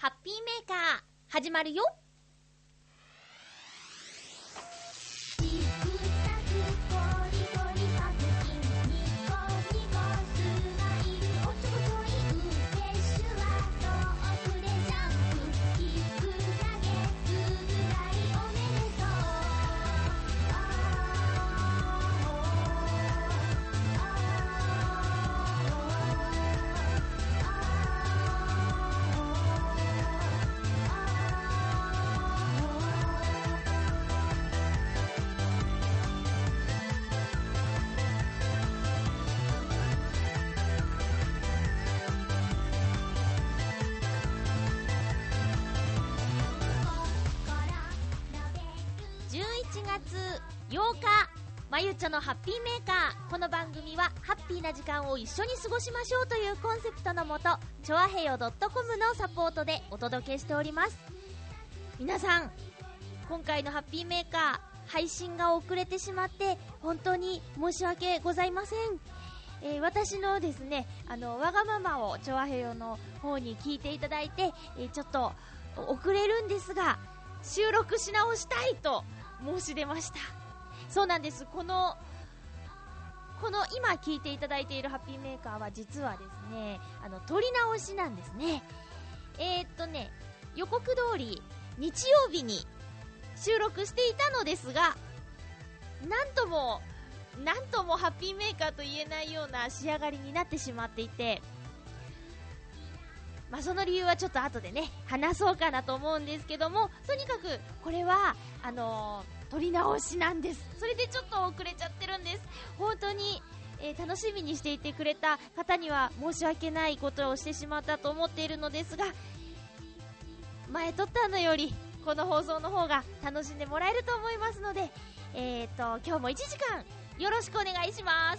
ハッピーメーカー始まるよ。11月8日、まゆちょのハッピーメーカー。この番組はハッピーな時間を一緒に過ごしましょうというコンセプトのもと、ちょあへよ .com のサポートでお届けしております。皆さん、今回のハッピーメーカー配信が遅れてしまって本当に申し訳ございません。私のですね、わがままをちょあへよの方に聞いていただいて、ちょっと遅れるんですが収録し直したいと申し出ました。そうなんです。この今聞いていただいているハッピーメーカーは実はですね、撮り直しなんですね。予告通り日曜日に収録していたのですが、なんともハッピーメーカーと言えないような仕上がりになってしまっていて、その理由はちょっと後でね話そうかなと思うんですけども、とにかくこれは撮り直しなんです。それでちょっと遅れちゃってるんです。本当に、楽しみにしていてくれた方には申し訳ないことをしてしまったと思っているのですが、前撮ったのよりこの放送の方が楽しんでもらえると思いますので、今日も1時間よろしくお願いします。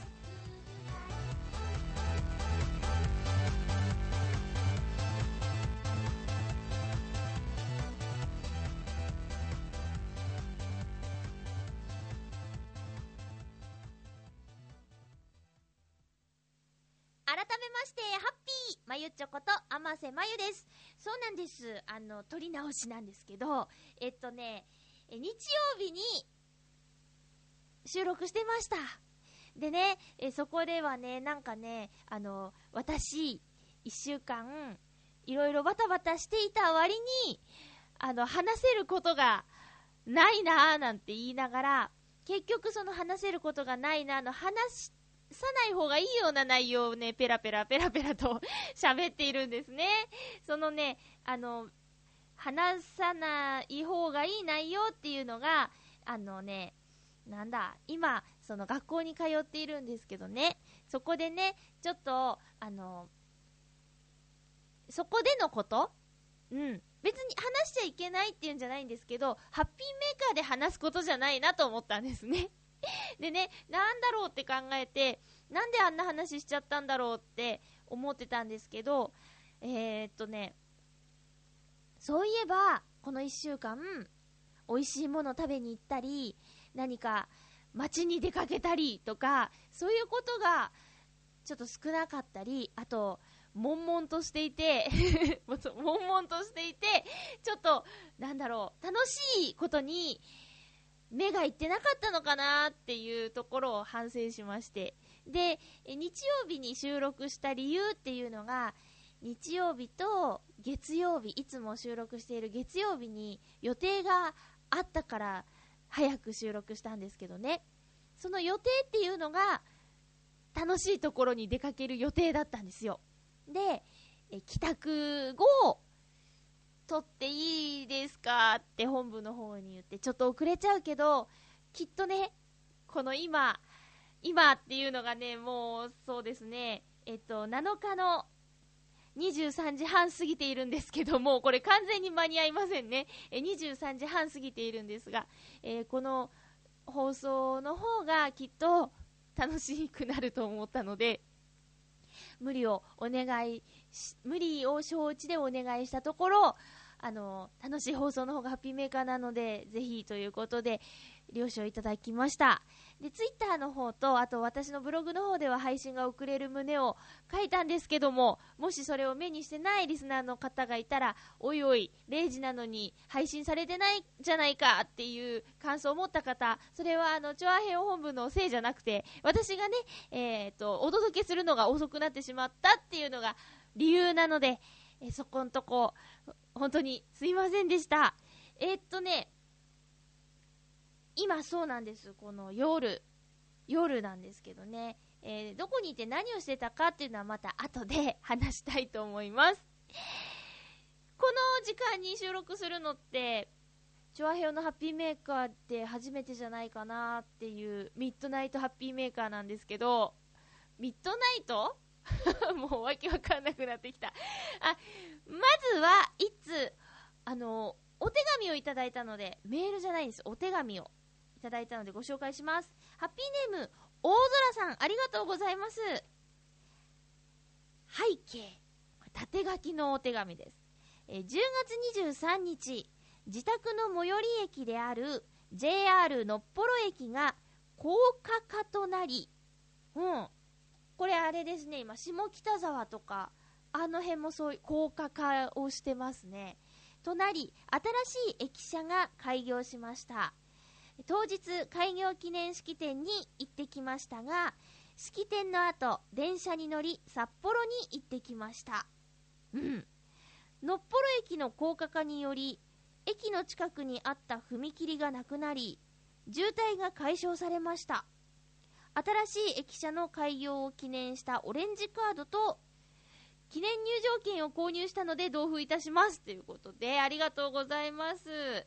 改めましてハッピーまゆちょこと天瀬まゆです。そうなんです。撮り直しなんですけど、日曜日に収録してました。でね、そこではね、私1週間いろいろバタバタしていた割に話せることがないなーなんて言いながら、結局その話せることがないなーの話さない方がいいような内容をねペラペラと喋っているんですね。そのね、話さない方がいい内容っていうのが今その学校に通っているんですけどね、そこでねちょっとそこでのこと別に話しちゃいけないっていうんじゃないんですけど、ハッピーメーカーで話すことじゃないなと思ったんですね。でね、なんだろうって考えて、なんであんな話しちゃったんだろうって思ってたんですけど、そういえばこの1週間美味しいもの食べに行ったり、何か街に出かけたりとか、そういうことがちょっと少なかったり、あと悶々としていてちょっと楽しいことに目がいってなかったのかなっていうところを反省しまして、で日曜日に収録した理由っていうのが、日曜日と月曜日、いつも収録している月曜日に予定があったから早く収録したんですけどね、その予定っていうのが楽しいところに出かける予定だったんですよ。で帰宅後撮っていいですかって本部の方に言って、ちょっと遅れちゃうけどきっとね、この今っていうのがね、もうそうですね、7日の23時半過ぎているんですけども、これ完全に間に合いませんね。23時半過ぎているんですが、この放送の方がきっと楽しくなると思ったので、無理を承知でお願いしたところ、 楽しい放送の方がハッピーメーカーなので、ぜひということで了承いただきました。で、ツイッターの方と、あと私のブログの方では配信が遅れる旨を書いたんですけども、もしそれを目にしてないリスナーの方がいたら、おいおい0時なのに配信されてないじゃないかっていう感想を持った方、それはチョアヘヨ本部のせいじゃなくて、私がね、お届けするのが遅くなってしまったっていうのが理由なので、そこんとこ本当にすいませんでした。今そうなんです。この夜なんですけどね、どこにいて何をしてたかっていうのはまた後で話したいと思います。この時間に収録するのってチョアヘヨのハッピーメーカーって初めてじゃないかなっていうミッドナイトハッピーメーカーなんですけど、ミッドナイトもうわけわかんなくなってきた。まずはいつお手紙をいただいたので、メールじゃないんです、お手紙をいただいたのでご紹介します。ハッピーネーム大空さん、ありがとうございます。背景縦書きのお手紙です。10月23日、自宅の最寄り駅である JR のっぽろ駅が高架化となり、これあれですね、今下北沢とかあの辺もそういう高架化をしてますね。となり、新しい駅舎が開業しました。当日開業記念式典に行ってきましたが、式典の後電車に乗り札幌に行ってきました。のっぽろ駅の高架化により駅の近くにあった踏切がなくなり、渋滞が解消されました。新しい駅舎の開業を記念したオレンジカードと記念入場券を購入したので同封いたしますということで、ありがとうございます。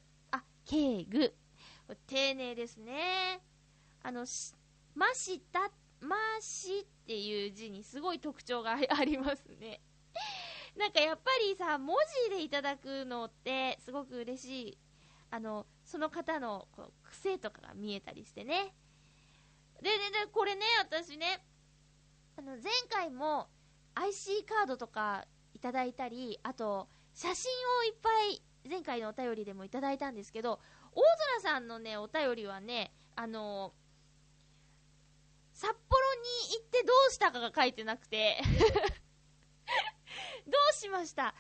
敬具丁寧ですね。まっていう字にすごい特徴がありますね。なんかやっぱりさ、文字でいただくのってすごく嬉しい。その方の癖とかが見えたりしてね。でこれね、私ね、前回も IC カードとかいただいたり、あと写真をいっぱい前回のお便りでもいただいたんですけど、大空さんのねお便りはね、札幌に行ってどうしたかが書いてなくてどうしました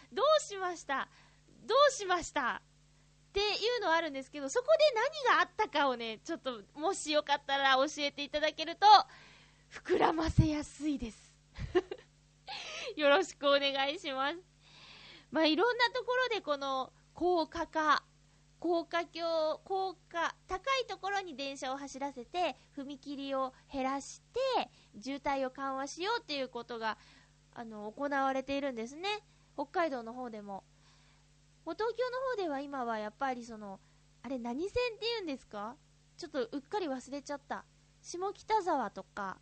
っていうのはあるんですけど、そこで何があったかをね、ちょっともしよかったら教えていただけると膨らませやすいですよろしくお願いします。いろんなところでこの高架橋、高いところに電車を走らせて踏切を減らして渋滞を緩和しようっていうことが行われているんですね。北海道の方でも。東京の方では今はやっぱりあれ何線って言うんですか？ちょっとうっかり忘れちゃった。下北沢とか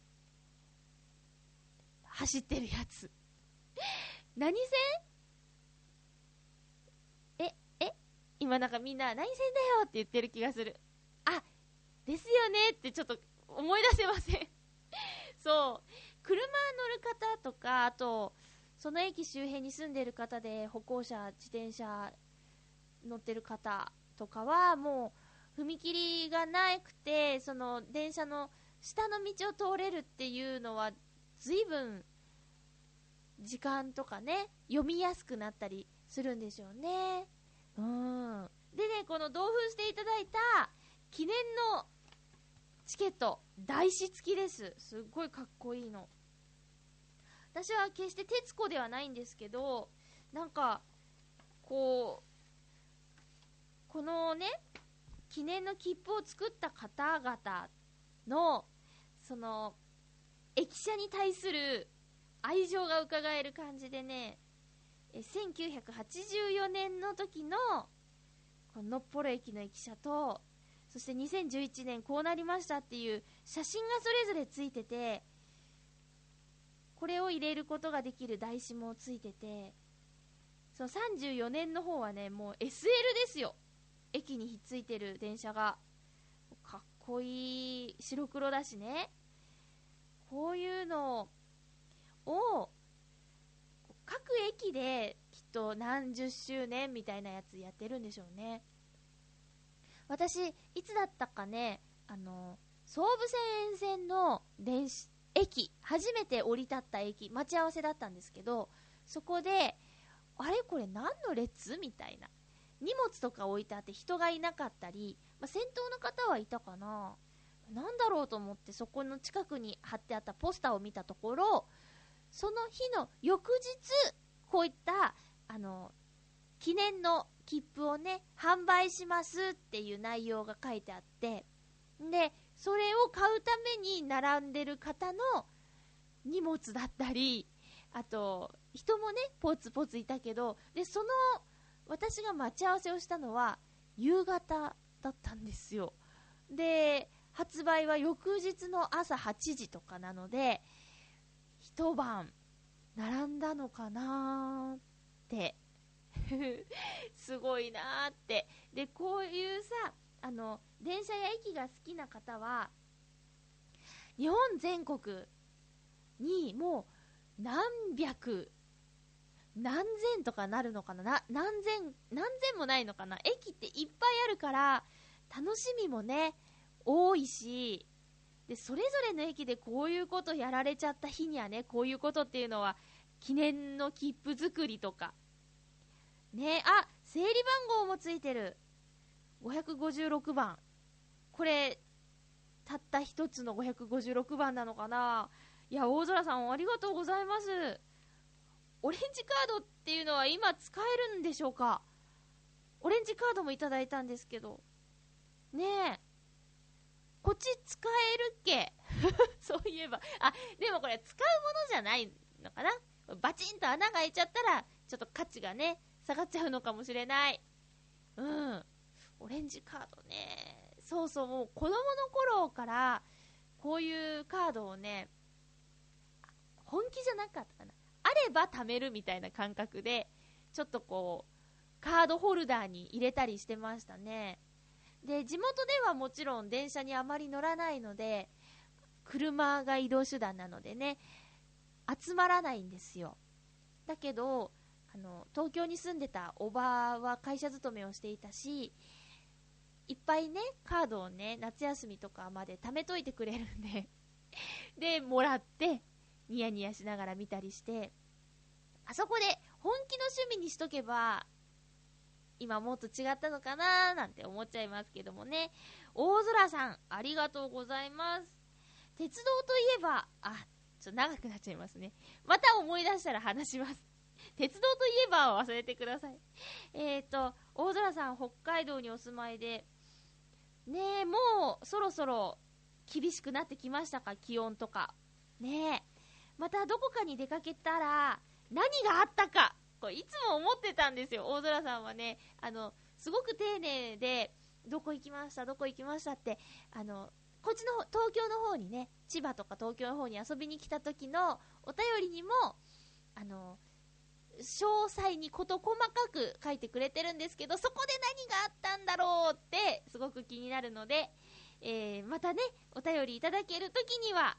走ってるやつ何線？今なんかみんな何線だよって言ってる気がする。ですよねってちょっと思い出せませんそう、車乗る方とか、あとその駅周辺に住んでる方で歩行者、自転車乗ってる方とかはもう踏切がなくて、その電車の下の道を通れるっていうのは随分時間とかね読みやすくなったりするんでしょうね。でね、この同封していただいた記念のチケット台紙付きです。すっごいかっこいいの。私は決して徹子ではないんですけど、なんかこのね記念の切符を作った方々のその駅舎に対する愛情が伺える感じでね、1984年の時のこののっぽろ駅の駅舎と、そして2011年こうなりましたっていう写真がそれぞれついてて、これを入れることができる台紙もついてて、その34年の方はねもう SL ですよ。駅にひっついてる電車がかっこいい、白黒だしね。こういうのを各駅できっ何十周年みたいなやつやってるんでしょうね。私いつだったかね、総武線の駅、初めて降り立った駅、待ち合わせだったんですけど、そこであれこれ何の列みたいな、荷物とか置いてあって人がいなかったり、先頭の方はいたかな、なんだろうと思ってそこの近くに貼ってあったポスターを見たところ、その日の翌日こういった記念の切符をね販売しますっていう内容が書いてあって、でそれを買うために並んでる方の荷物だったり、あと人もねポツポツいたけど、でその私が待ち合わせをしたのは夕方だったんですよ。で発売は翌日の朝8時とかなので、一晩並んだのかなってすごいなーって。でこういうさ、電車や駅が好きな方は日本全国にもう何百何千とかなるのかな、何千もないのかな、駅っていっぱいあるから楽しみもね多いし、でそれぞれの駅でこういうことやられちゃった日にはね、こういうことっていうのは記念の切符作りとかね。あ、整理番号もついてる、556番。これたった一つの556番なのかな。いや、大空さんありがとうございます。オレンジカードっていうのは今使えるんでしょうか。オレンジカードもいただいたんですけどねえ、こっち使えるっけそういえば、でもこれ使うものじゃないのかな。バチンと穴が開いちゃったらちょっと価値がね下がっちゃうのかもしれない。オレンジカードね、そうそう、もう子供の頃からこういうカードをね、本気じゃなかったかな、あれば貯めるみたいな感覚でちょっとこうカードホルダーに入れたりしてましたね。で地元ではもちろん電車にあまり乗らないので、車が移動手段なのでね集まらないんですよ。だけど東京に住んでたおばは会社勤めをしていたし、いっぱいねカードをね夏休みとかまで貯めといてくれるんででもらってニヤニヤしながら見たりして、あそこで本気の趣味にしとけば今もっと違ったのかななんて思っちゃいますけどもね。大空さんありがとうございます。鉄道といえばちょっと長くなっちゃいますね。また思い出したら話します。鉄道といえばを忘れてください。大空さん北海道にお住まいでねえ、もうそろそろ厳しくなってきましたか、気温とかねえ。またどこかに出かけたら何があったか、これいつも思ってたんですよ。大空さんはねすごく丁寧でどこ行きましたってこっちの東京の方にね、千葉とか東京の方に遊びに来た時のお便りにも詳細に事細かく書いてくれてるんですけど、そこで何があったんだろうってすごく気になるので、またねお便りいただける時には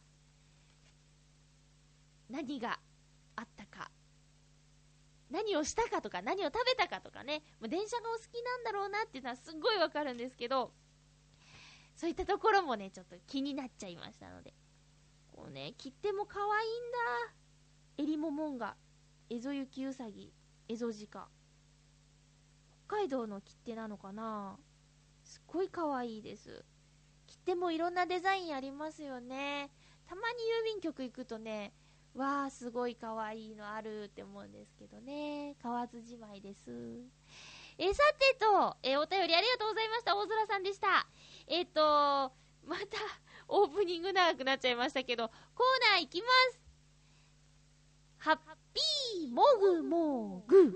何があったか、何をしたかとか何を食べたかとかね、もう電車がお好きなんだろうなっていうのはすっごいわかるんですけど、そういったところもねちょっと気になっちゃいましたので、こうね切手も可愛いんだ。えりももんがエゾユキウサギ、エゾジカ、北海道の切手なのかな。すっごい可愛いです。切手もいろんなデザインありますよね。たまに郵便局行くとね、わーすごい可愛いのあるって思うんですけどね、買わずじまいです。さてと、お便りありがとうございました。大空さんでした。またオープニング長くなっちゃいましたけど、コーナー行きます。ハッピーもぐもぐ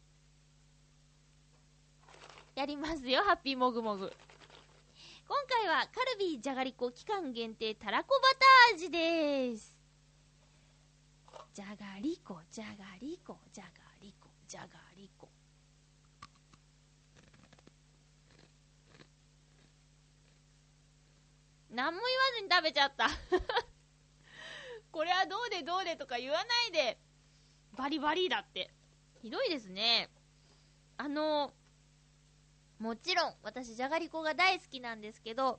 やりますよ。ハッピーもぐもぐ。今回はカルビーじゃがりこ期間限定たらこバター味です。じゃがりこじゃがりこじゃがりこじゃがりこ、何も言わずに食べちゃったこれはどうでとか言わないで、バリバリだってひどいですね。もちろん私じゃがりこが大好きなんですけど、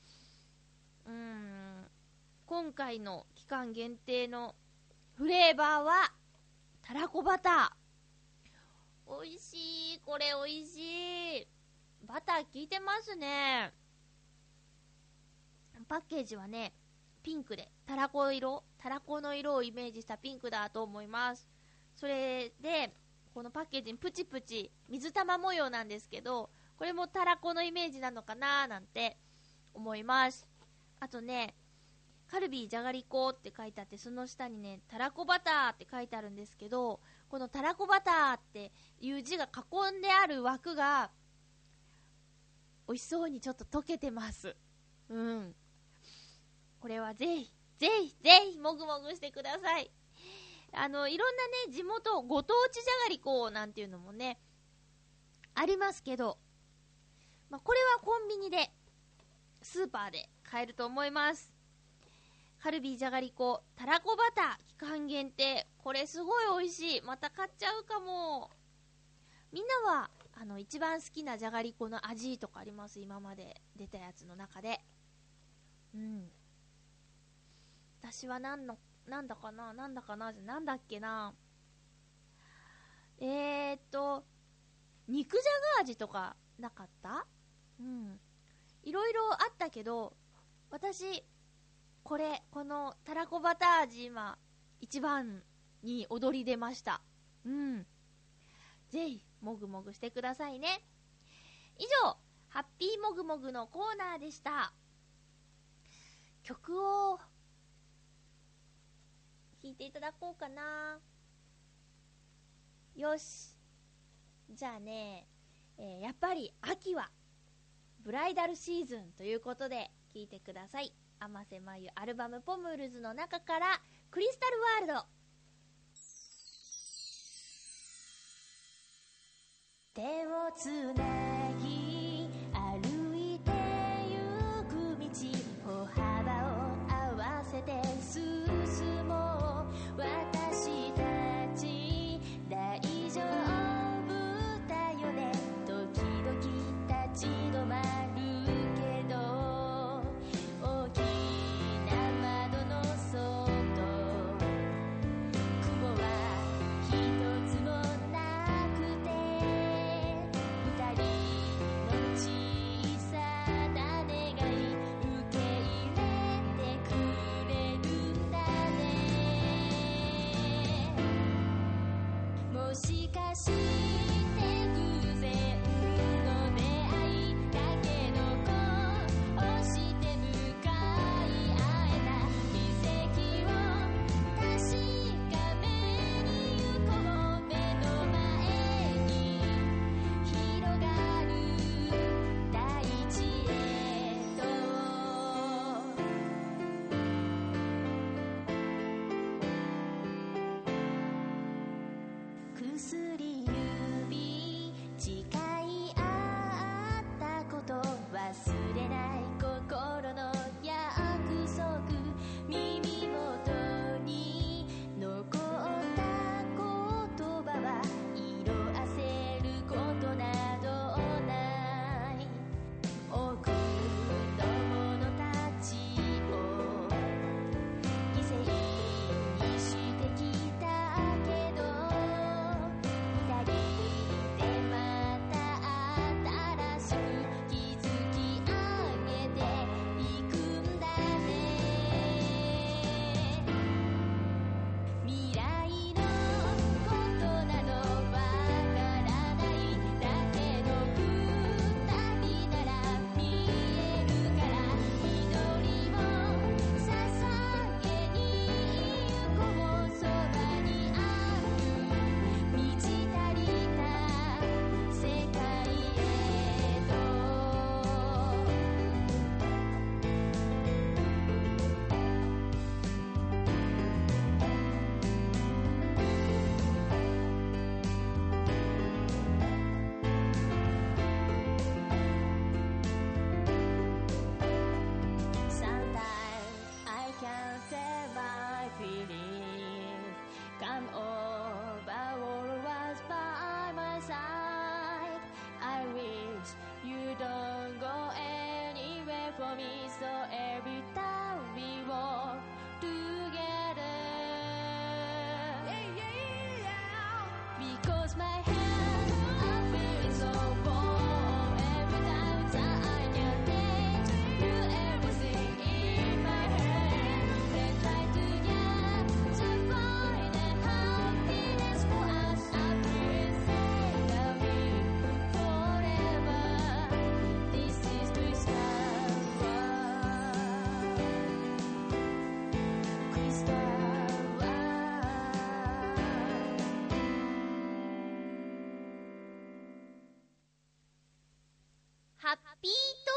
今回の期間限定のフレーバーはたらこバター。美味しい、これ美味しい。バター効いてますね。パッケージはね、ピンクでたらこの色をイメージしたピンクだと思います。それでこのパッケージにプチプチ水玉模様なんですけど、これもたらこのイメージなのかななんて思います。あとね、カルビーじゃがりこって書いてあって、その下にね、たらこバターって書いてあるんですけど、このたらこバターっていう字が囲んである枠が美味しそうにちょっと溶けてます。これはぜひもぐもぐしてください。いろんなね、地元ご当地じゃがりこなんていうのもねありますけど、これはコンビニでスーパーで買えると思います。カルビーじゃがりこたらこバター期間限定、これすごい美味しい。また買っちゃうかも。みんなは一番好きなじゃがりこの味とかあります？今まで出たやつの中で。私はなんだっけな。肉じゃが味とかなかった？いろいろあったけど、私このたらこバター味今一番に躍り出ました。ぜひもぐもぐしてくださいね。以上、ハッピーもぐもぐのコーナーでした。曲を聴いていただこうかな。よし、じゃあね、やっぱり秋はブライダルシーズンということで聴いてください。天瀬まゆアルバムポムルズの中からクリスタルワールド。手をつなぎ歩いてゆく道、歩幅を合わせて進もう。私たち大丈夫だよね。時々立ち止まるけど、大きな窓の外、雲は一つもなくて、二人ッピー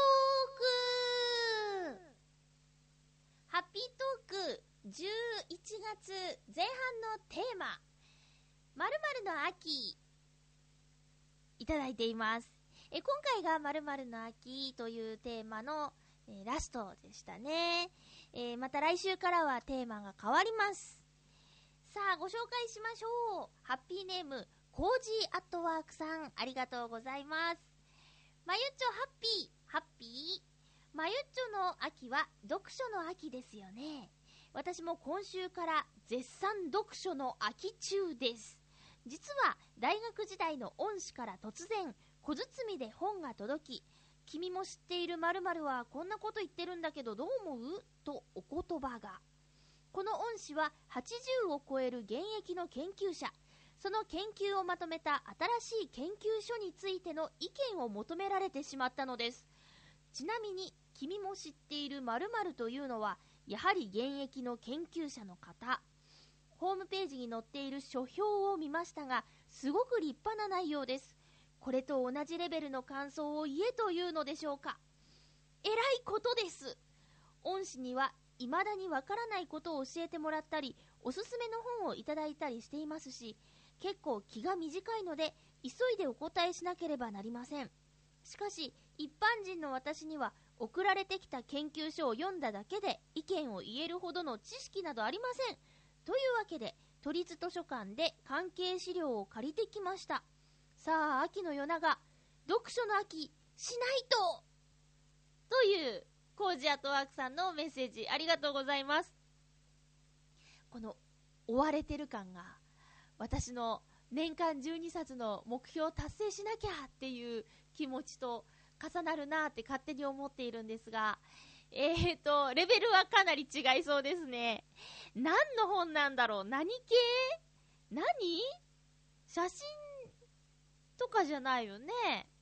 トークハッピートーク11月前半のテーマ、〇〇の秋、いただいています。今回が〇〇の秋というテーマの、ラストでしたね。また来週からはテーマが変わります。さあ、ご紹介しましょう。ハッピーネームコージーアットワークさん、ありがとうございます。まゆっちょハッピーハッピー。まゆっちょの秋は読書の秋ですよね。私も今週から絶賛読書の秋中です。実は大学時代の恩師から突然小包で本が届き、君も知っている〇〇はこんなこと言ってるんだけどどう思うとお言葉が。この恩師は80を超える現役の研究者。その研究をまとめた新しい研究書についての意見を求められてしまったのです。ちなみに君も知っている〇〇というのはやはり現役の研究者の方。ホームページに載っている書評を見ましたが、すごく立派な内容です。これと同じレベルの感想を言えというのでしょうか。えらいことです。恩師には未だにわからないことを教えてもらったり、おすすめの本をいただいたりしていますし、結構気が短いので急いでお答えしなければなりません。しかし一般人の私には送られてきた研究書を読んだだけで意見を言えるほどの知識などありません。というわけで都立図書館で関係資料を借りてきました。さあ、秋の夜長、読書の秋しないとというコージアットワークさんのメッセージ、ありがとうございます。この追われてる感が私の年間12冊の目標を達成しなきゃっていう気持ちと重なるなって勝手に思っているんですが、レベルはかなり違いそうですね。何の本なんだろう。何系？何？写真とかじゃないよね。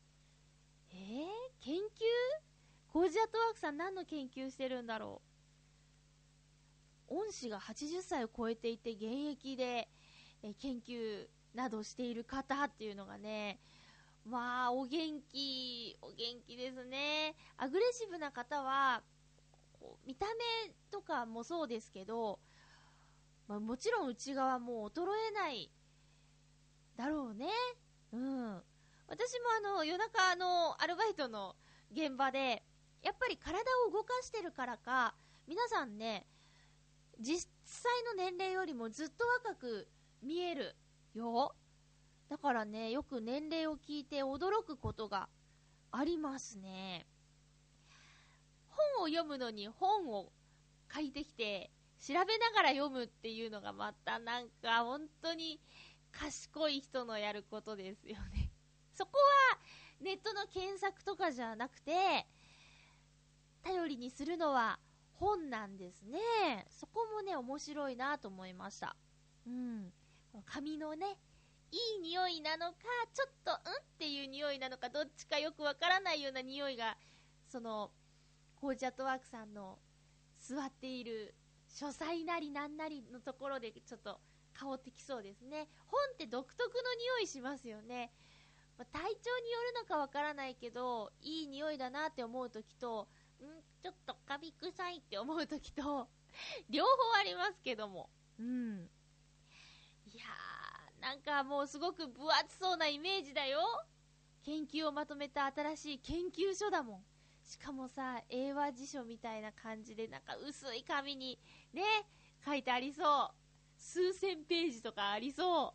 研究？コージアットワークさん何の研究してるんだろう。恩師が80歳を超えていて現役で研究などしている方っていうのがね、まあお元気ですね。アグレッシブな方は見た目とかもそうですけど、もちろん内側も衰えないだろうね。私も夜中のアルバイトの現場でやっぱり体を動かしてるからか、皆さんね、実際の年齢よりもずっと若く見えるよ。だからね、よく年齢を聞いて驚くことがありますね。本を読むのに本を借りてきて調べながら読むっていうのがまたなんか本当に賢い人のやることですよね。そこはネットの検索とかじゃなくて頼りにするのは本なんですね。そこもね面白いなと思いました。紙のね、いい匂いなのかちょっとっていう匂いなのか、どっちかよくわからないような匂いがそのコージアットワークさんの座っている書斎なりなんなりのところでちょっと香ってきそうですね。本って独特の匂いしますよね。体調によるのかわからないけどいい匂いだなって思うときと、ちょっとカビ臭いって思うときと両方ありますけども、いやー、なんかもうすごく分厚そうなイメージだよ。研究をまとめた新しい研究書だもん。しかもさ、英和辞書みたいな感じでなんか薄い紙にね書いてありそう。数千ページとかありそう。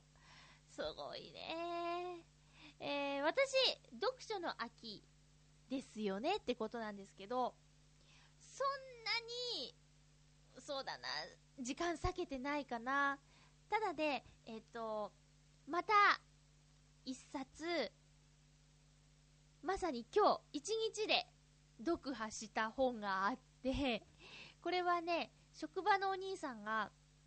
すごいね。私読書の秋ですよねってことなんですけど、そんなにそうだな、時間割けてないかな。ただでまた一冊、まさに今日一日で読破した本があって、これはね、職場のお兄さんが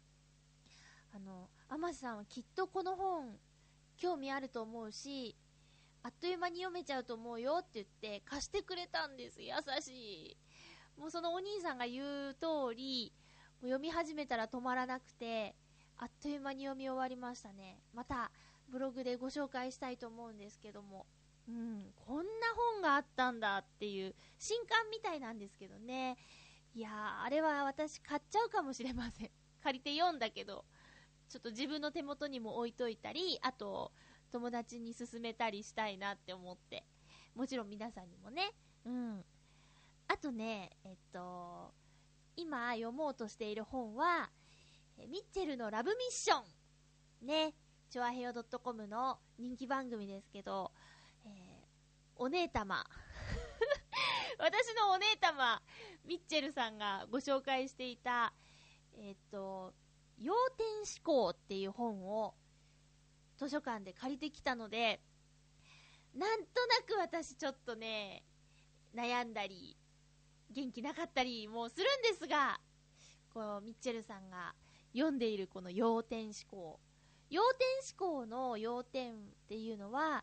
天瀬さんはきっとこの本興味あると思うし、あっという間に読めちゃうと思うよって言って貸してくれたんです。優しい。もうそのお兄さんが言う通り、もう読み始めたら止まらなくて、あっという間に読み終わりましたね。またブログでご紹介したいと思うんですけども、 こんな本があったんだっていう新刊みたいなんですけどね。いやー、あれは私買っちゃうかもしれません。借りて読んだけど、ちょっと自分の手元にも置いといたり、あと友達に勧めたりしたいなって思って、もちろん皆さんにもね。あとね、今読もうとしている本はミッチェルのラブミッションね、チョアヘヨ .com の人気番組ですけど、お姉様私のお姉様ミッチェルさんがご紹介していた要点思考っていう本を図書館で借りてきたので、なんとなく私ちょっとね悩んだり元気なかったりもするんですが、こうミッチェルさんが読んでいるこの要点思考の要点っていうのは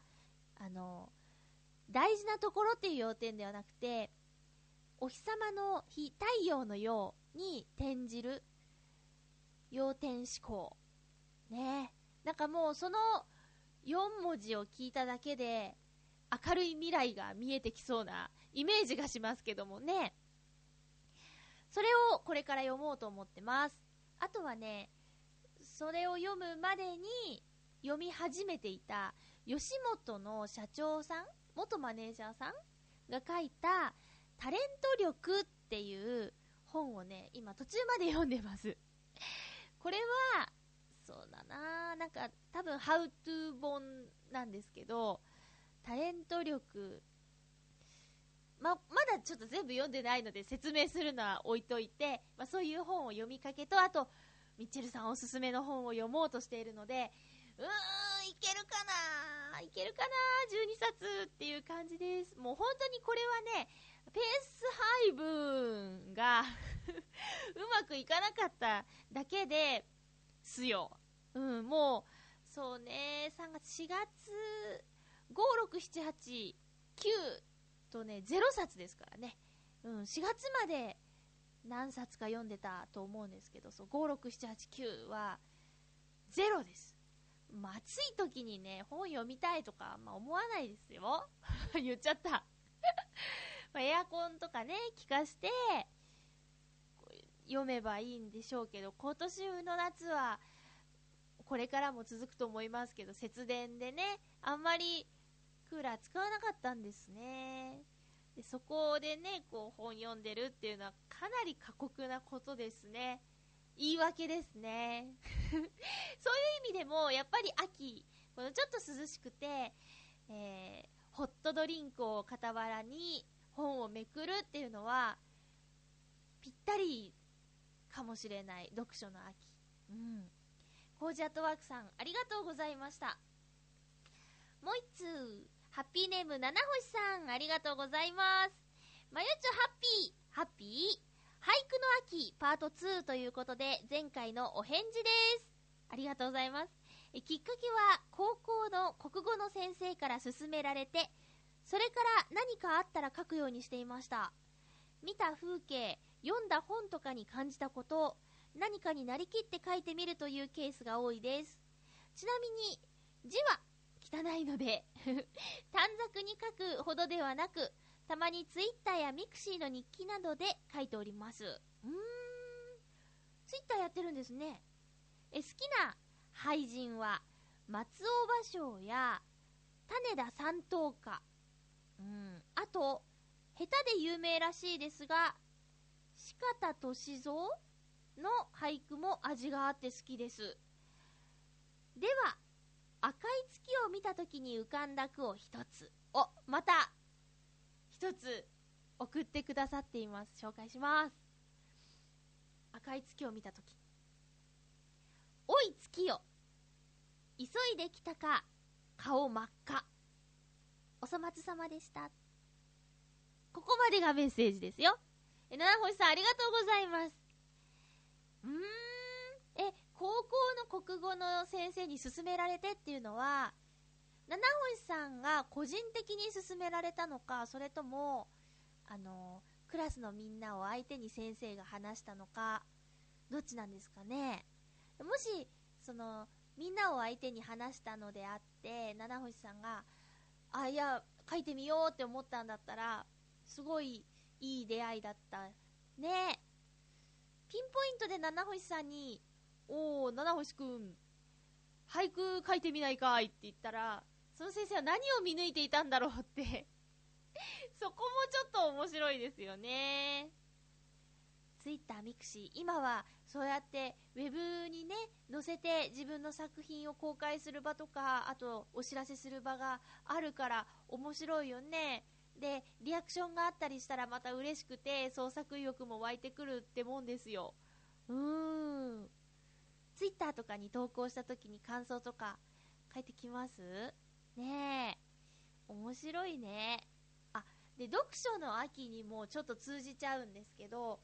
大事なところっていう要点ではなくて、お日様の日、太陽のように転じる要点思考ね。なんかもうその4文字を聞いただけで明るい未来が見えてきそうなイメージがしますけどもね。それをこれから読もうと思ってます。あとはね、それを読むまでに読み始めていた吉本の社長さん、元マネージャーさんが書いたタレント力っていう本をね、今途中まで読んでます。これはそうだな、なんか多分ハウトゥー本なんですけど、タレント力、まだちょっと全部読んでないので説明するのは置いといて、そういう本を読みかけと、あとミッチェルさんおすすめの本を読もうとしているので、いけるかな12冊っていう感じです。もう本当にこれはね、ペース配分がうまくいかなかっただけですよ。もうそうね、3月4月5、6、7、8、9とね0冊ですからね。4月まで何冊か読んでたと思うんですけど、そう5、6、7、8、9は0です。暑い時にね本読みたいとか思わないですよ言っちゃったエアコンとかね効かして読めばいいんでしょうけど、今年の夏はこれからも続くと思いますけど、節電でねあんまりクーラー使わなかったんですね。でそこでねこう本読んでるっていうのはかなり過酷なことですね。言い訳ですねそういう意味でもやっぱり秋、このちょっと涼しくて、ホットドリンクを傍らに本をめくるっていうのはぴったりかもしれない、読書の秋。コージアットワークさんありがとうございました。もう一通、ハッピーネーム七星さんありがとうございます。まゆちょハッピー俳句の秋パート2ということで前回のお返事です。ありがとうございます。きっかけは高校の国語の先生から勧められて、それから何かあったら書くようにしていました。見た風景、読んだ本とかに感じたこと、何かになりきって書いてみるというケースが多いです。ちなみに字は汚いので短冊に書くほどではなく、たまにツイッターやミクシーの日記などで書いております。ツイッターやってるんですね。好きな俳人は松尾芭蕉や種田三等家、あと下手で有名らしいですが四方歳三の俳句も味があって好きです。では赤い月を見た時に浮かんだ句を一つ、また一つ送ってくださっています。紹介します。赤い月を見た時、おい月よ急いで来たか顔真っ赤、お粗末様でした。ここまでがメッセージですよ。七星さんありがとうございます。高校の国語の先生に勧められてっていうのは七星さんが個人的に勧められたのか、それともクラスのみんなを相手に先生が話したのか、どっちなんですかね。もしそのみんなを相手に話したのであって七星さんがいや書いてみようって思ったんだったら、すごいいい出会いだったね。ピンポイントで七星さんに、おー、七星くん、俳句書いてみないかいって言ったら、その先生は何を見抜いていたんだろうってそこもちょっと面白いですよね。ツイッター、ミクシー、今はそうやってウェブにね載せて自分の作品を公開する場とか、あとお知らせする場があるから面白いよね。でリアクションがあったりしたらまた嬉しくて創作意欲も湧いてくるってもんですよ。ツイッターとかに投稿した時に感想とか書いてきますね。え面白いね。あで読書の秋にもちょっと通じちゃうんですけど、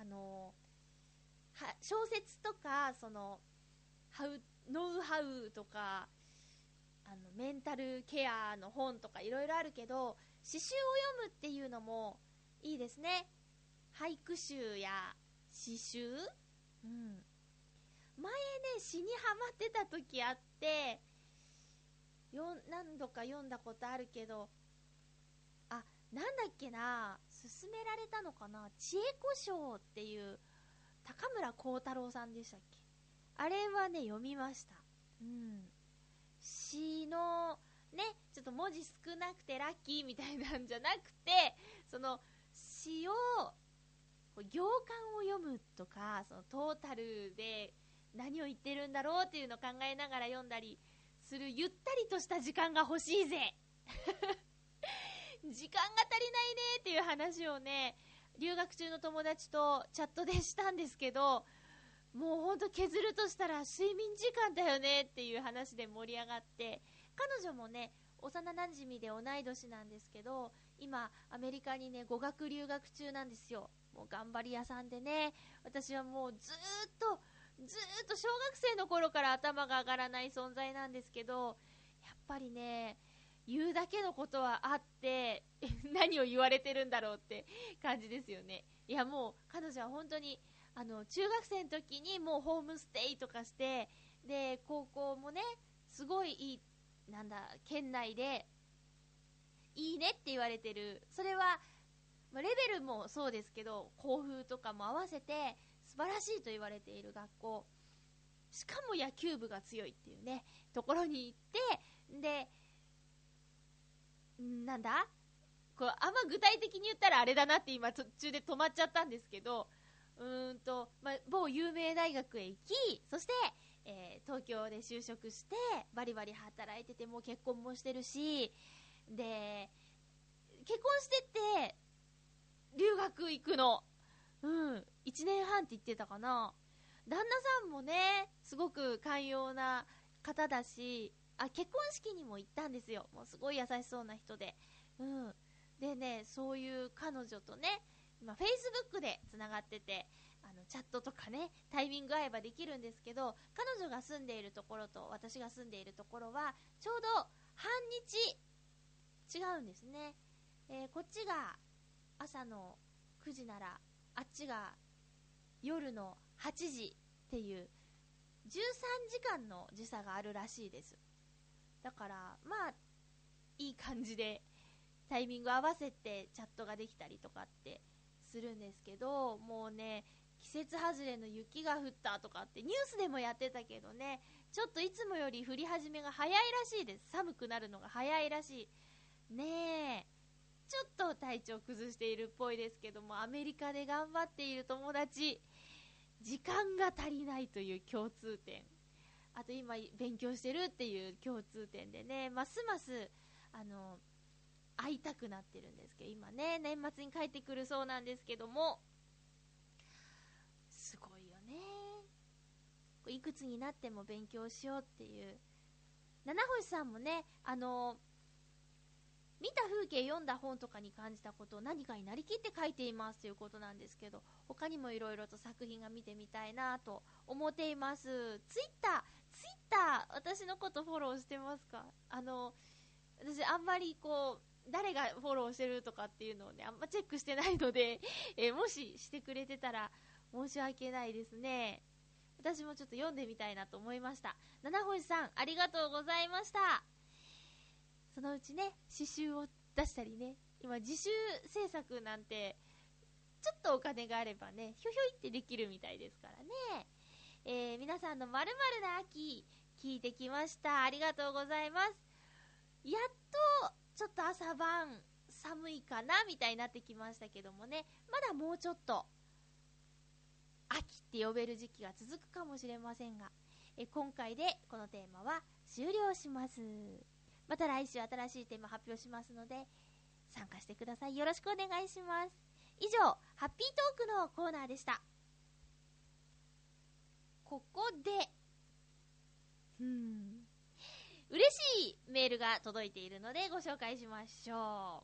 小説とかそのノウハウとかメンタルケアの本とかいろいろあるけど、詩集を読むっていうのもいいですね。俳句集や詩集、前ね詩にハマってた時あって、何度か読んだことあるけど、なんだっけな、勧められたのかな、知恵子賞っていう高村光太郎さんでしたっけ、あれはね読みました。詩のねちょっと文字少なくてラッキーみたいなんじゃなくて、その詩を行間を読むとか、そのトータルで何を言ってるんだろうっていうのを考えながら読んだりするゆったりとした時間が欲しいぜ時間が足りないねっていう話をね、留学中の友達とチャットでしたんですけど、もうほんと削るとしたら睡眠時間だよねっていう話で盛り上がって、彼女もね幼なじみで同い年なんですけど、今アメリカにね語学留学中なんですよ。もう頑張り屋さんでね、私はもうずーっと小学生の頃から頭が上がらない存在なんですけど、やっぱりね言うだけのことはあって何を言われてるんだろうって感じですよね。いやもう彼女は本当に中学生の時にもうホームステイとかして、で高校もねすごいいい県内でいいねって言われてる。それはレベルもそうですけど校風とかも合わせて素晴らしいと言われている学校、しかも野球部が強いっていうねところに行って、であんま具体的に言ったらあれだなって今途中で止まっちゃったんですけど、某有名大学へ行き、そして、東京で就職してバリバリ働いてて、もう結婚もしてるし、で結婚してって留学行くの、1年半って言ってたかな。旦那さんもねすごく寛容な方だし、結婚式にも行ったんですよ。もうすごい優しそうな人で、でね、そういう彼女とね今フェイスブックでつながってて、チャットとかねタイミング合えばできるんですけど、彼女が住んでいるところと私が住んでいるところはちょうど半日違うんですね。こっちが朝の9時ならあっちが夜の8時っていう13時間の時差があるらしいです。だからまあいい感じでタイミング合わせてチャットができたりとかってするんですけど、もうね季節外れの雪が降ったとかってニュースでもやってたけどね、ちょっといつもより降り始めが早いらしいです。寒くなるのが早いらしいね。ちょっと体調崩しているっぽいですけども、アメリカで頑張っている友達、時間が足りないという共通点、あと今勉強してるっていう共通点でね、ますます会いたくなってるんですけど、今ね年末に帰ってくるそうなんですけども、すごいよね。いくつになっても勉強しようっていう。七星さんもね見た風景読んだ本とかに感じたことを何かになりきって書いていますということなんですけど、他にもいろいろと作品が見てみたいなと思っています。ツイッター私のことフォローしてますか？私あんまり誰がフォローしてるとかっていうのをねあんまチェックしてないので、もししてくれてたら申し訳ないですね。私もちょっと読んでみたいなと思いました。七星さんありがとうございました。そのうちね詩集を出したりね、今自主制作なんてちょっとお金があればね、ひょひょいってできるみたいですからね。皆さんの〇〇な秋聞いてきました。ありがとうございます。やっとちょっと朝晩寒いかなみたいになってきましたけどもね、まだもうちょっと秋って呼べる時期が続くかもしれませんが、今回でこのテーマは終了します。また来週新しいテーマ発表しますので参加してください。よろしくお願いします。以上、ハッピートークのコーナーでした。ここで嬉しいメールが届いているのでご紹介しましょう。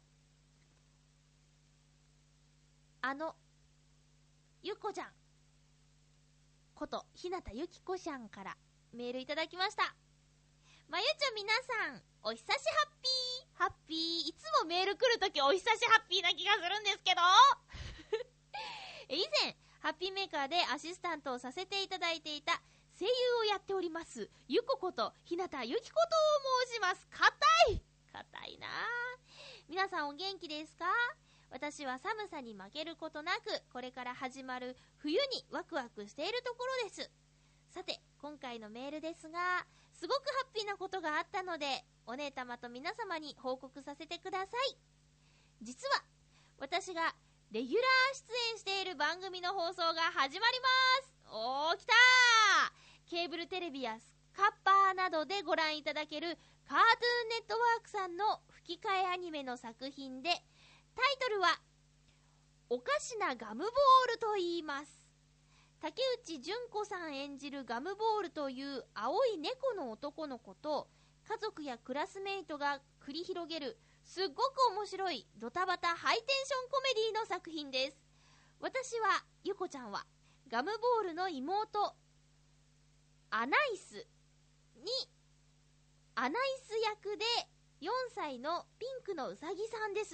ゆこちゃんこと日向ゆきこちゃんからメールいただきました。まゆちょ皆さん、お久しハッピーハッピー。いつもメール来るときお久しハッピーな気がするんですけど以前ハッピーメーカーでアシスタントをさせていただいていた声優をやっておりますゆここと日向ゆきこと申します。硬いなぁ。皆さんお元気ですか？私は寒さに負けることなくこれから始まる冬にワクワクしているところです。さて今回のメールですが、すごくハッピーなことがあったのでお姉たまと皆様に報告させてください。実は私がレギュラー出演している番組の放送が始まります。来たー。ケーブルテレビやスカッパーなどでご覧いただけるカートゥーンネットワークさんの吹き替えアニメの作品で、タイトルはおかしなガムボールと言います。竹内純子さん演じるガムボールという青い猫の男の子と家族やクラスメイトが繰り広げるすっごく面白いドタバタハイテンションコメディの作品です。私はゆこちゃんはガムボールの妹アナイスにアナイス役で4歳のピンクのうさぎさんです。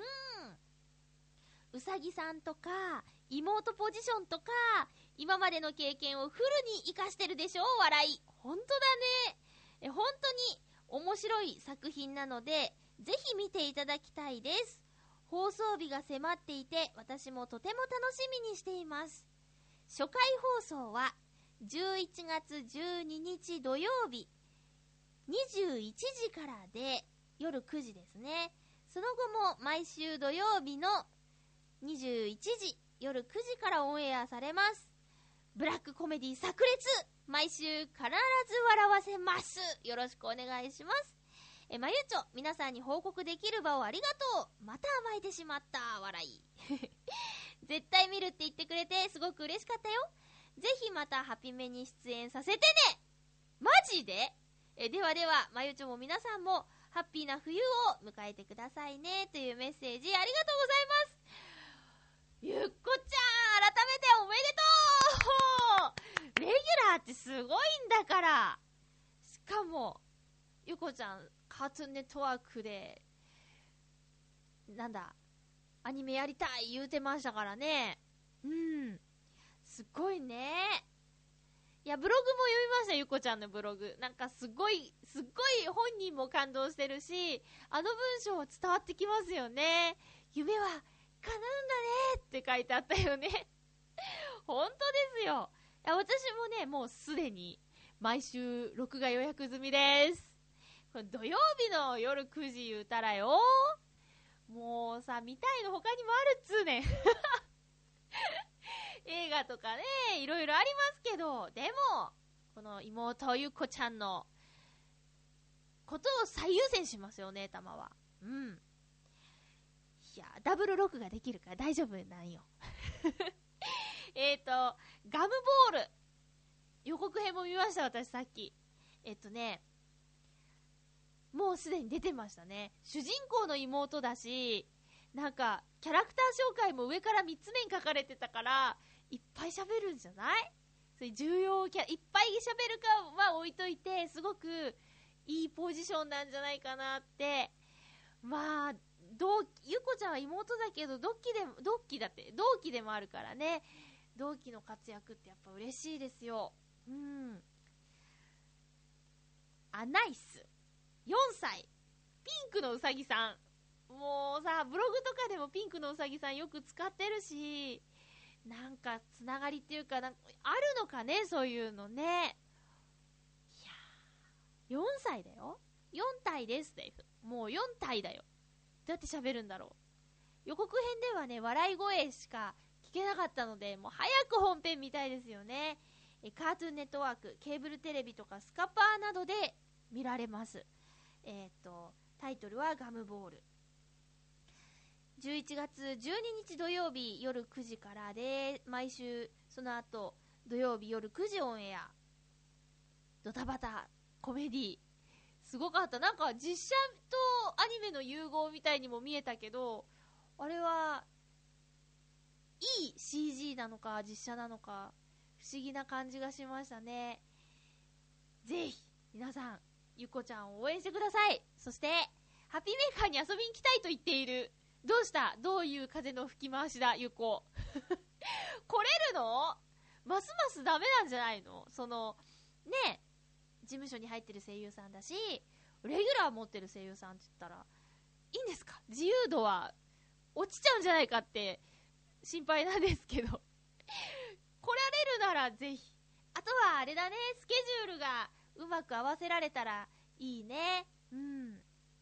うさぎさんとか妹ポジションとか今までの経験をフルに活かしてるでしょ。笑い本当だね。本当に面白い作品なのでぜひ見ていただきたいです。放送日が迫っていて私もとても楽しみにしています。初回放送は11月12日土曜日21時からで夜9時ですね。その後も毎週土曜日の21時夜9時からオンエアされます。ブラックコメディ炸裂、毎週必ず笑わせます。よろしくお願いします。まゆちょ皆さんに報告できる場をありがとう。また甘えてしまった。笑い絶対見るって言ってくれてすごく嬉しかったよ。ぜひまたハピメに出演させてね。マジで？ではではまゆちょも皆さんもハッピーな冬を迎えてくださいねというメッセージありがとうございます。ゆっこちゃん改めておめでとう。レギュラーってすごいんだから。しかもゆこちゃんカートゥーンネットワークでなんだアニメやりたい言うてましたからね。すごいね。いやブログも読みました。ゆこちゃんのブログなんかすごい本人も感動してるし、あの文章は伝わってきますよね。夢は叶うんだねって書いてあったよね本当ですよ。いや私もねもうすでに毎週録画予約済みです。これ土曜日の夜9時言うたらよ、もうさ見たいの他にもあるっつうねん映画とかねいろいろありますけど、でもこの妹ゆこちゃんのことを最優先しますよね。たまは。いやダブル録画できるから大丈夫なんよガムボール予告編も見ました私さっき。もうすでに出てましたね。主人公の妹だし、なんかキャラクター紹介も上から3つ目に書かれてたからいっぱい喋るんじゃない？そういう重要キャラいっぱい喋るかは置いといて、すごくいいポジションなんじゃないかなって。まあゆこちゃんは妹だけど同期でもあるからね。同期の活躍ってやっぱ嬉しいですよ。アナイス4歳ピンクのうさぎさんもうさ、ブログとかでもピンクのうさぎさんよく使ってるし、なんかつながりっていうか、なんかあるのかね、そういうのね。いやー、4歳だよ。4体ですって。もう4体だよ。どうやって喋るんだろう。予告編ではね、笑い声しか聞けなかったので、もう早く本編見たいですよね。カートゥーンネットワーク、ケーブルテレビとかスカパーなどで見られます。タイトルはガムボール。11月12日土曜日夜9時からで、毎週その後土曜日夜9時オンエア。ドタバタコメディすごかった。なんか実写とアニメの融合みたいにも見えたけど、あれはいい CG なのか実写なのか不思議な感じがしましたね。ぜひ皆さんゆこちゃんを応援してください。そしてハッピーメーカーに遊びに来たいと言っている。どうした？どういう風の吹き回しだゆこ来れるの？ますますダメなんじゃないの？そのね、事務所に入ってる声優さんだし、レギュラー持ってる声優さんって言ったらいいんですか？自由度は落ちちゃうんじゃないかって心配なんですけど来られるならぜひ。あとはあれだね、スケジュールがうまく合わせられたらいいね。うん。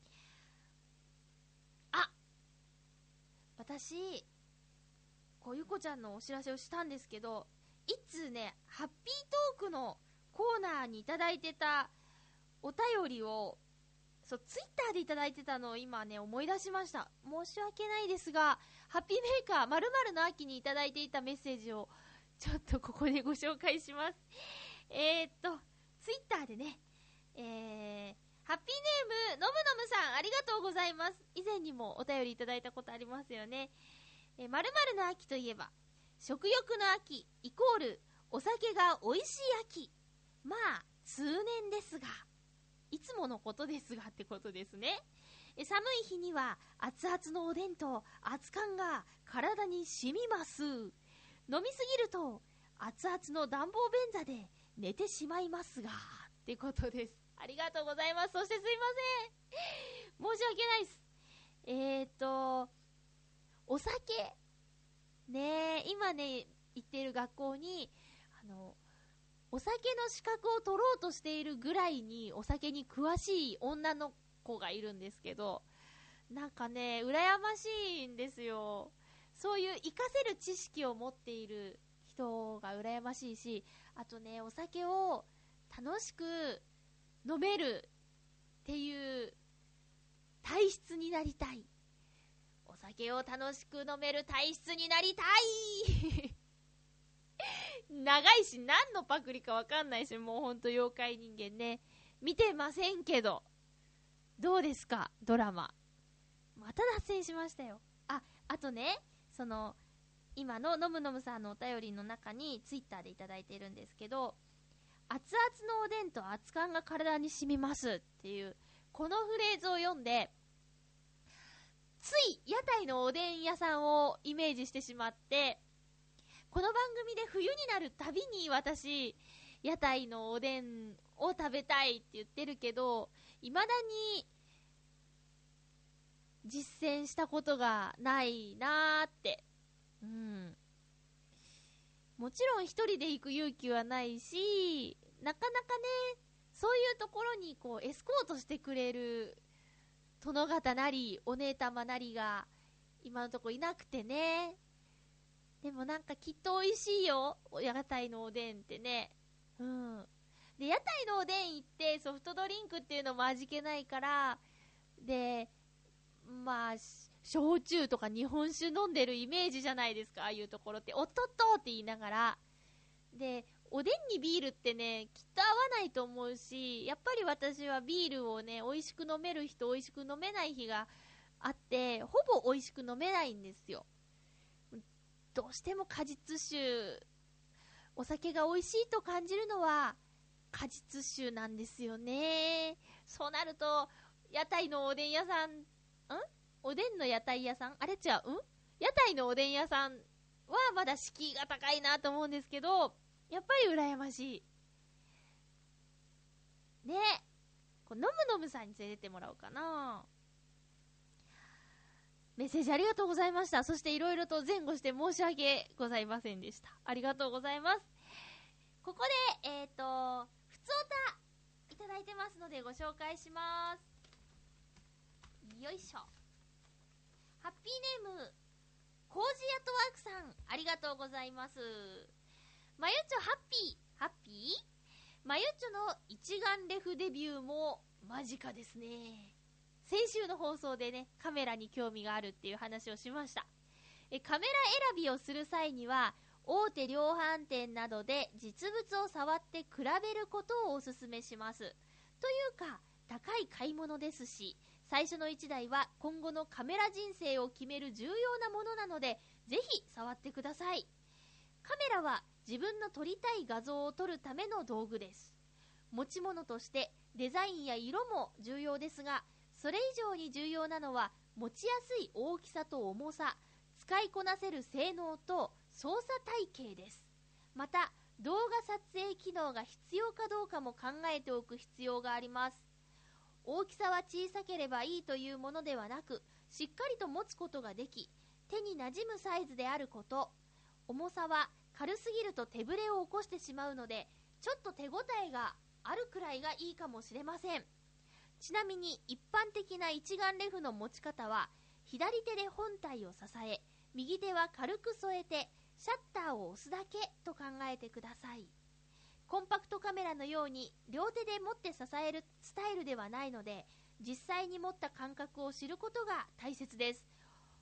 あ、私ゆこちゃんのお知らせをしたんですけど、一通ね、ハッピートークのコーナーにいただいてたお便りを、ツイッターでいただいてたのを今ね思い出しました。申し訳ないですが、ハッピーメーカー〇〇の秋にいただいていたメッセージをちょっとここでご紹介します。ツイッターでね、ハッピーネームのむのむさんありがとうございます。以前にもお便りいただいたことありますよね。〇〇の秋といえば食欲の秋イコールお酒が美味しい秋。まあ通年ですが、いつものことですがってことですね。寒い日には熱々のおでんと熱燗が体に染みます。飲みすぎると熱々の暖房便座で寝てしまいますがってことです。ありがとうございます。そしてすいません、申し訳ないです。お酒ね、今ね行っている学校にお酒の資格を取ろうとしているぐらいにお酒に詳しい女の子がいるんですけど、なんかね羨ましいんですよ。そういう活かせる知識を持っている人が羨ましいし、あとねお酒を楽しく飲めるっていう体質になりたい。お酒を楽しく飲める体質になりたい長いし何のパクリかわかんないし、もうほんと妖怪人間ね、見てませんけどどうですかドラマ。また脱線しましたよ。あとね、今ののむのむさんのお便りの中にツイッターでいただいているんですけど、熱々のおでんと熱燗が体に染みますっていうこのフレーズを読んで、つい屋台のおでん屋さんをイメージしてしまって、この番組で冬になるたびに私屋台のおでんを食べたいって言ってるけど、未だに実践したことがないなーって。もちろん一人で行く勇気はないし、なかなかねそういうところにエスコートしてくれる殿方なりお姉様なりが今のところいなくてね。でもなんかきっと美味しいよ屋台のおでんってね。で屋台のおでん行ってソフトドリンクっていうのも味気ないから、でまあ焼酎とか日本酒飲んでるイメージじゃないですか、ああいうところって。おっとっとって言いながら。でおでんにビールってねきっと合わないと思うし、やっぱり私はビールをね美味しく飲める日と美味しく飲めない日があって、ほぼ美味しく飲めないんですよ。どうしても果実酒、お酒が美味しいと感じるのは果実酒なんですよね。そうなると屋台のおでん屋さん、おでんの屋台屋さん、あれ違う、屋台のおでん屋さんはまだ敷居が高いなと思うんですけど、やっぱり羨ましいね。のむのむさんに連れてってもらおうかな。 メッセージありがとうございました。そしていろいろと前後して申し訳ございませんでした。ありがとうございます。ここで、ふつおたいただいてますのでご紹介します。よいしょ。ハッピーネーム、コージアットワークさん、ありがとうございます。まゆちょハッピーまゆちょの一眼レフデビューも間近ですね。先週の放送でね、カメラに興味があるっていう話をしました。カメラ選びをする際には、大手量販店などで実物を触って比べることをお勧めします。というか、高い買い物ですし、最初の1台は今後のカメラ人生を決める重要なものなので、ぜひ触ってください。カメラは自分の撮りたい画像を撮るための道具です。持ち物としてデザインや色も重要ですが、それ以上に重要なのは持ちやすい大きさと重さ、使いこなせる性能と操作体系です。また動画撮影機能が必要かどうかも考えておく必要があります。大きさは小さければいいというものではなく、しっかりと持つことができ、手に馴染むサイズであること、重さは軽すぎると手ぶれを起こしてしまうので、ちょっと手応えがあるくらいがいいかもしれません。ちなみに一般的な一眼レフの持ち方は、左手で本体を支え、右手は軽く添えてシャッターを押すだけと考えてください。コンパクトカメラのように両手で持って支えるスタイルではないので、実際に持った感覚を知ることが大切です。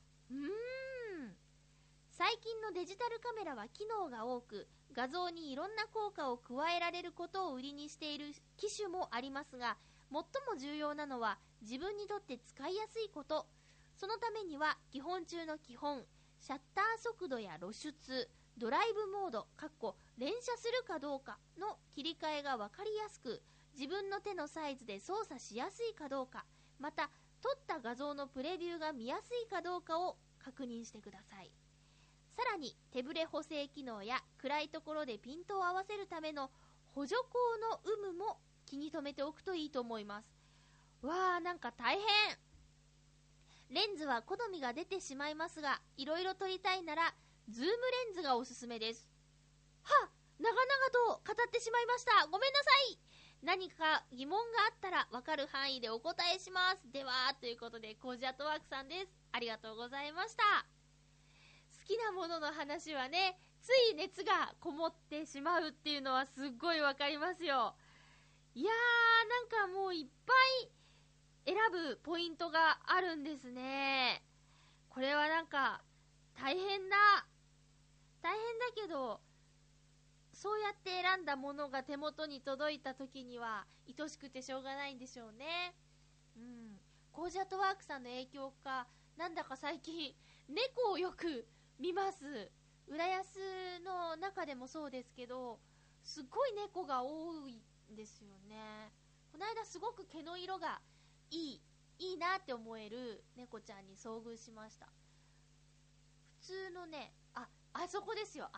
最近のデジタルカメラは機能が多く、画像にいろんな効果を加えられることを売りにしている機種もありますが、最も重要なのは自分にとって使いやすいこと。そのためには基本中の基本、シャッター速度や露出、ドライブモード連写するかどうかの切り替えが分かりやすく、自分の手のサイズで操作しやすいかどうか、また撮った画像のプレビューが見やすいかどうかを確認してください。さらに手ブレ補正機能や暗いところでピントを合わせるための補助光の有無も気に留めておくといいと思います。わー、なんか大変。レンズは好みが出てしまいますが、いろいろ撮りたいならズームレンズがおすすめです。はっ、長々と語ってしまいました。ごめんなさい。何か疑問があったら分かる範囲でお答えします。では、ということでコージアットワークさんです。ありがとうございました。好きなものの話はね、つい熱がこもってしまうっていうのはすっごいわかりますよ。いやー、なんかもういっぱい選ぶポイントがあるんですね。これはなんか大変だけど、そうやって選んだものが手元に届いた時には愛しくてしょうがないんでしょうね。コージアットワークさんの影響かなんだか最近猫をよく見ます。浦安の中でもそうですけど、すっごい猫が多いんですよね。この間すごく毛の色がいいなって思える猫ちゃんに遭遇しました。普通のね、あそこですよ。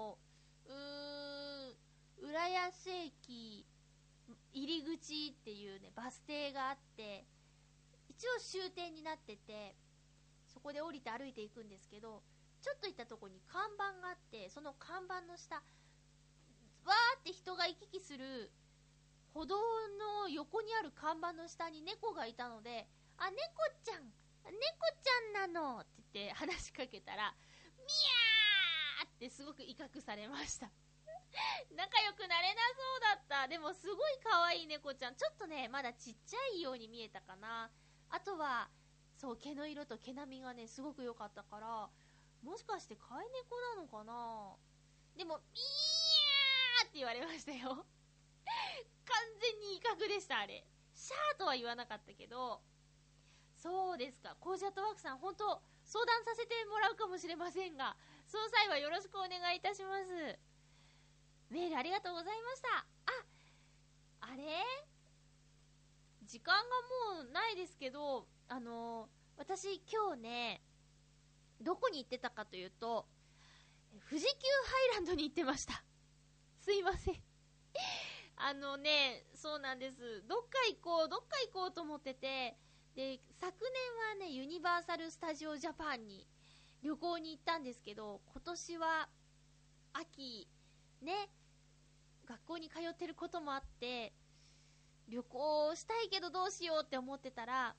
浦安駅入り口っていうねバス停があって、一応終点になってて、そこで降りて歩いていくんですけど、ちょっと行ったとこに看板があって、その看板の下、わーって人が行き来する歩道の横にある看板の下に猫がいたので、あ、猫ちゃんなのって言って話しかけたら、ミヤーってすごく威嚇されました。仲良くなれなそうだった。でもすごい可愛い猫ちゃん。ちょっとね、まだちっちゃいように見えたかな。あとは、そう、毛の色と毛並みがね、すごく良かったから、もしかして飼い猫なのかな。でも、ミヤーって言われましたよ。完全に威嚇でした、あれ。シャーとは言わなかったけど。そうですか。コージアットワークさん、本当相談させてもらうかもしれませんが、その際はよろしくお願いいたします。メールありがとうございました。あれ時間がもうないですけど、私今日ね、どこに行ってたかというと、富士急ハイランドに行ってました。すいません。そうなんです。どっか行こうと思ってて、 で、昨年はね、ユニバーサル・スタジオ・ジャパンに旅行に行ったんですけど、今年は秋ね、学校に通ってることもあって旅行したいけどどうしようって思ってたら、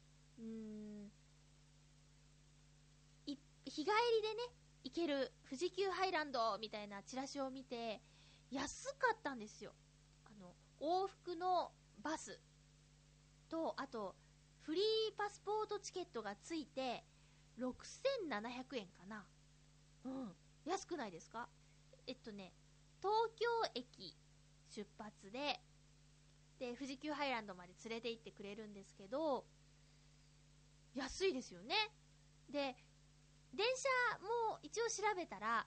日帰りでね行ける富士急ハイランドみたいなチラシを見て安かったんですよ。往復のバスと、あとフリーパスポートチケットがついて6700円かな。安くないですか？東京駅出発で富士急ハイランドまで連れて行ってくれるんですけど、安いですよね。で、電車も一応調べたら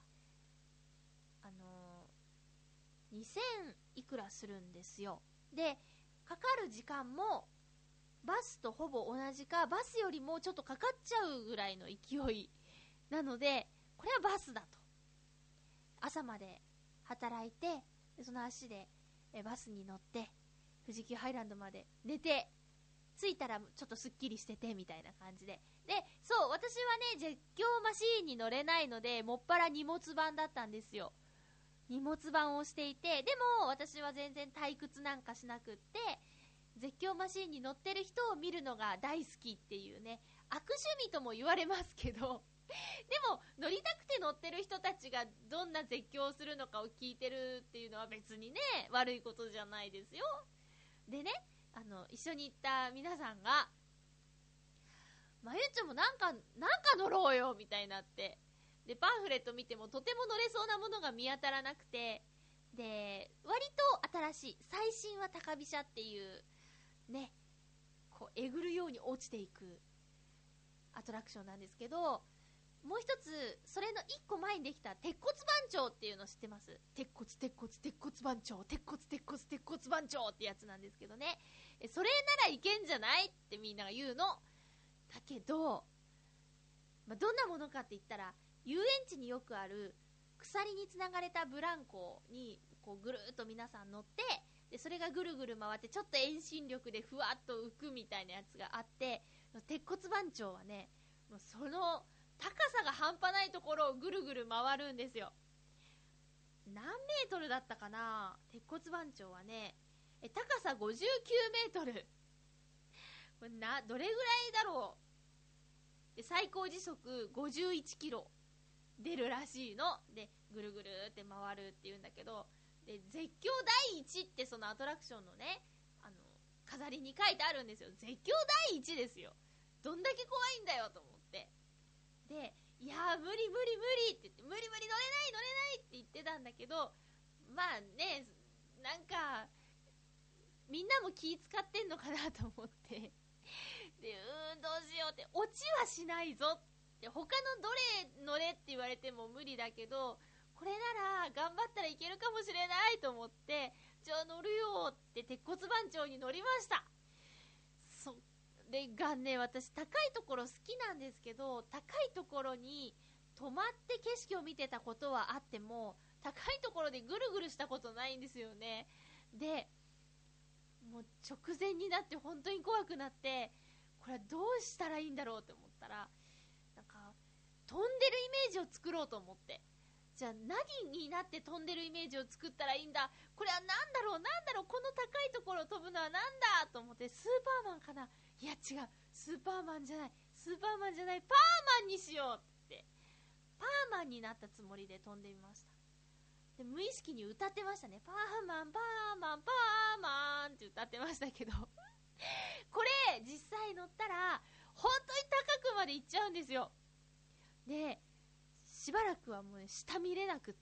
2000いくらするんですよ。で、かかる時間もバスとほぼ同じか、バスよりもちょっとかかっちゃうぐらいの勢いなので、これはバスだと。朝まで働いて、その足でバスに乗って富士急ハイランドまで寝て、着いたらちょっとすっきりしててみたいな感じで、そう、私はね絶叫マシーンに乗れないので、もっぱら荷物番だったんですよ。荷物番をしていて、でも私は全然退屈なんかしなくって、絶叫マシーンに乗ってる人を見るのが大好きっていうね、悪趣味とも言われますけどでも乗りたくて乗ってる人たちがどんな絶叫をするのかを聞いてるっていうのは別にね悪いことじゃないですよ。でね、一緒に行った皆さんが、まゆちょもなんか乗ろうよみたいになって、でパンフレット見てもとても乗れそうなものが見当たらなくて、で割と新しい最新は高飛車っていうね、こうえぐるように落ちていくアトラクションなんですけど、もう一つそれの一個前にできた鉄骨番長っていうの知ってます？鉄骨番長、鉄骨番長ってやつなんですけどね、それならいけんじゃないってみんなが言うの。だけど、どんなものかって言ったら、遊園地によくある鎖につながれたブランコにこうぐるーっと皆さん乗って、でそれがぐるぐる回ってちょっと遠心力でふわっと浮くみたいなやつがあって、鉄骨番長はね、もうその高さが半端ないところをぐるぐる回るんですよ。何メートルだったかな、鉄骨番長はね、高さ59メートル。これどれぐらいだろう。で最高時速51キロ出るらしいので、ぐるぐるって回るっていうんだけど、で絶叫第一ってそのアトラクションのね、飾りに書いてあるんですよ。絶叫第一ですよ。どんだけ怖いんだよと思って、でいやー無理って言って、無理乗れないって言ってたんだけど、まあね、なんかみんなも気使ってんのかなと思ってでどうしようって、落ちはしないぞって、他のどれ乗れって言われても無理だけど、これなら頑張ったらいけるかもしれないと思って、じゃあ乗るよって鉄骨番長に乗りました。それがね、私高いところ好きなんですけど、高いところに泊まって景色を見てたことはあっても、高いところでぐるぐるしたことないんですよね。でもう直前になって本当に怖くなって、これはどうしたらいいんだろうって思ったら、なんか飛んでるイメージを作ろうと思って、じゃあ何になって飛んでるイメージを作ったらいいんだ、これはなんだろう、この高いところを飛ぶのはなんだと思って、スーパーマンかな、いや違う、スーパーマンじゃない、パーマンにしようってパーマンになったつもりで飛んでみました。で無意識に歌ってましたね。パーマンって歌ってましたけどこれ実際乗ったら本当に高くまで行っちゃうんですよ。でしばらくはもうね、下見れなくって、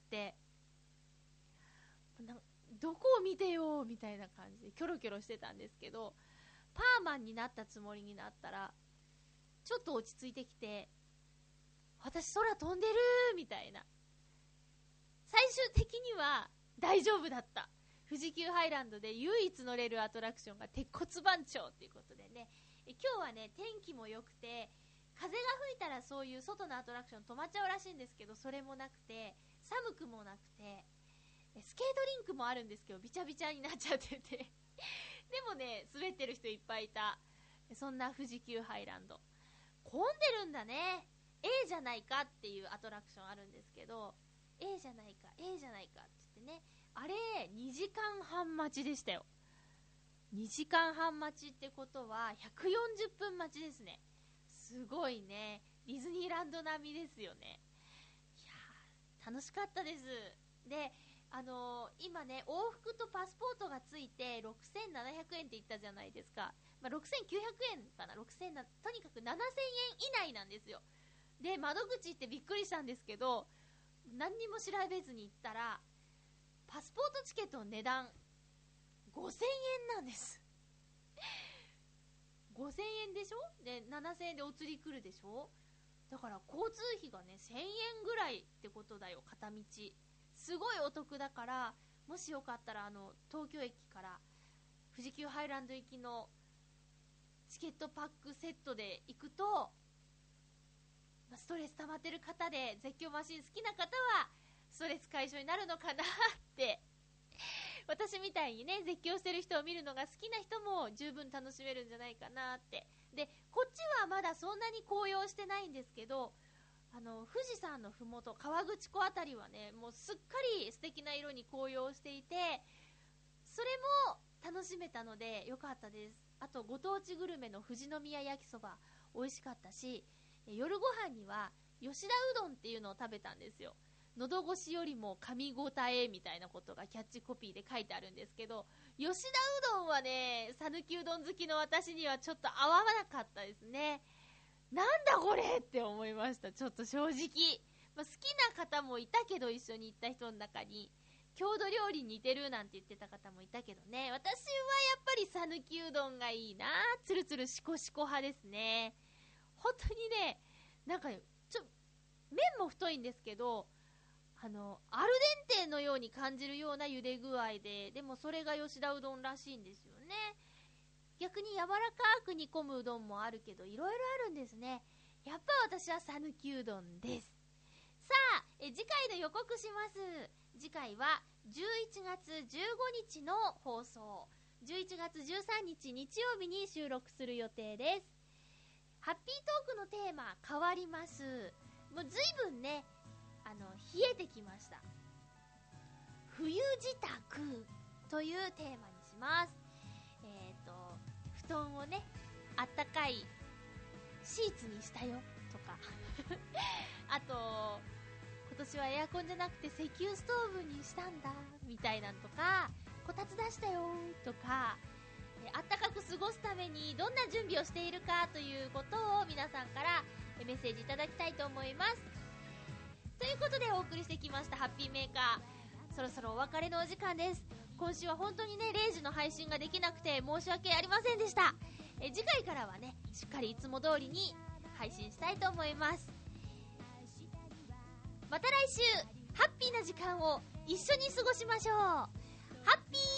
どこを見てよみたいな感じでキョロキョロしてたんですけど、パーマンになったつもりになったらちょっと落ち着いてきて、私空飛んでるみたいな、最終的には大丈夫だった。富士急ハイランドで唯一乗れるアトラクションが鉄骨番長っていうことでね、今日はね天気も良くて、風が吹いたらそういう外のアトラクション止まっちゃうらしいんですけど、それもなくて、寒くもなくて、スケートリンクもあるんですけどビチャビチャになっちゃっててでもね滑ってる人いっぱいいた。 そんな富士急ハイランド混んでるんだね。 A じゃないかっていうアトラクションあるんですけど、 A じゃないか A じゃないかって言ってね、あれ2時間半待ちでしたよ。2時間半待ちってことは140分待ちですね。すごいね。ディズニーランド並みですよね。いやー、楽しかったです。で、今ね、往復とパスポートがついて6700円って言ったじゃないですか。6900円かな、とにかく7000円以内なんですよ。で、窓口行ってびっくりしたんですけど、何にも調べずに行ったら、パスポートチケットの値段5000円なんです。5000円でしょ、で7000円でお釣り来るでしょ。だから交通費がね1000円ぐらいってことだよ、片道。すごいお得だから、もしよかったら東京駅から富士急ハイランド行きのチケットパックセットで行くと、ストレス溜まってる方で絶叫マシン好きな方はストレス解消になるのかなって私みたいにね、絶叫してる人を見るのが好きな人も十分楽しめるんじゃないかなって。で、こっちはまだそんなに紅葉してないんですけど、富士山のふもと、河口湖あたりはね、もうすっかり素敵な色に紅葉していて、それも楽しめたのでよかったです。あとご当地グルメの富士宮焼きそば美味しかったし、夜ご飯には吉田うどんっていうのを食べたんですよ。喉越しよりも噛み応えみたいなことがキャッチコピーで書いてあるんですけど、吉田うどんはね、讃岐うどん好きの私にはちょっと合わなかったですね。なんだこれって思いました、ちょっと正直。好きな方もいたけど、一緒に行った人の中に郷土料理に似てるなんて言ってた方もいたけどね、私はやっぱり讃岐うどんがいいな。つるつるしこしこ派ですね。本当にね、なんか麺も太いんですけど、アルデンテのように感じるような茹で具合で、でもそれが吉田うどんらしいんですよね。逆に柔らかく煮込むうどんもあるけど、いろいろあるんですね。やっぱ私は讃岐うどんです。さあ、次回の予告します。次回は11月15日の放送、11月13日日曜日に収録する予定です。ハッピートークのテーマ変わります。もうずいぶんね、冷えてきました。冬支度というテーマにします。布団をね、あったかいシーツにしたよとかあと今年はエアコンじゃなくて石油ストーブにしたんだみたいなんとか、こたつ出したよとか、あったかく過ごすためにどんな準備をしているかということを皆さんからメッセージいただきたいと思います。ということでお送りしてきましたハッピーメーカー、そろそろお別れのお時間です。今週は本当にね、0時の配信ができなくて申し訳ありませんでした。次回からはね、しっかりいつも通りに配信したいと思います。また来週ハッピーな時間を一緒に過ごしましょう。ハッピー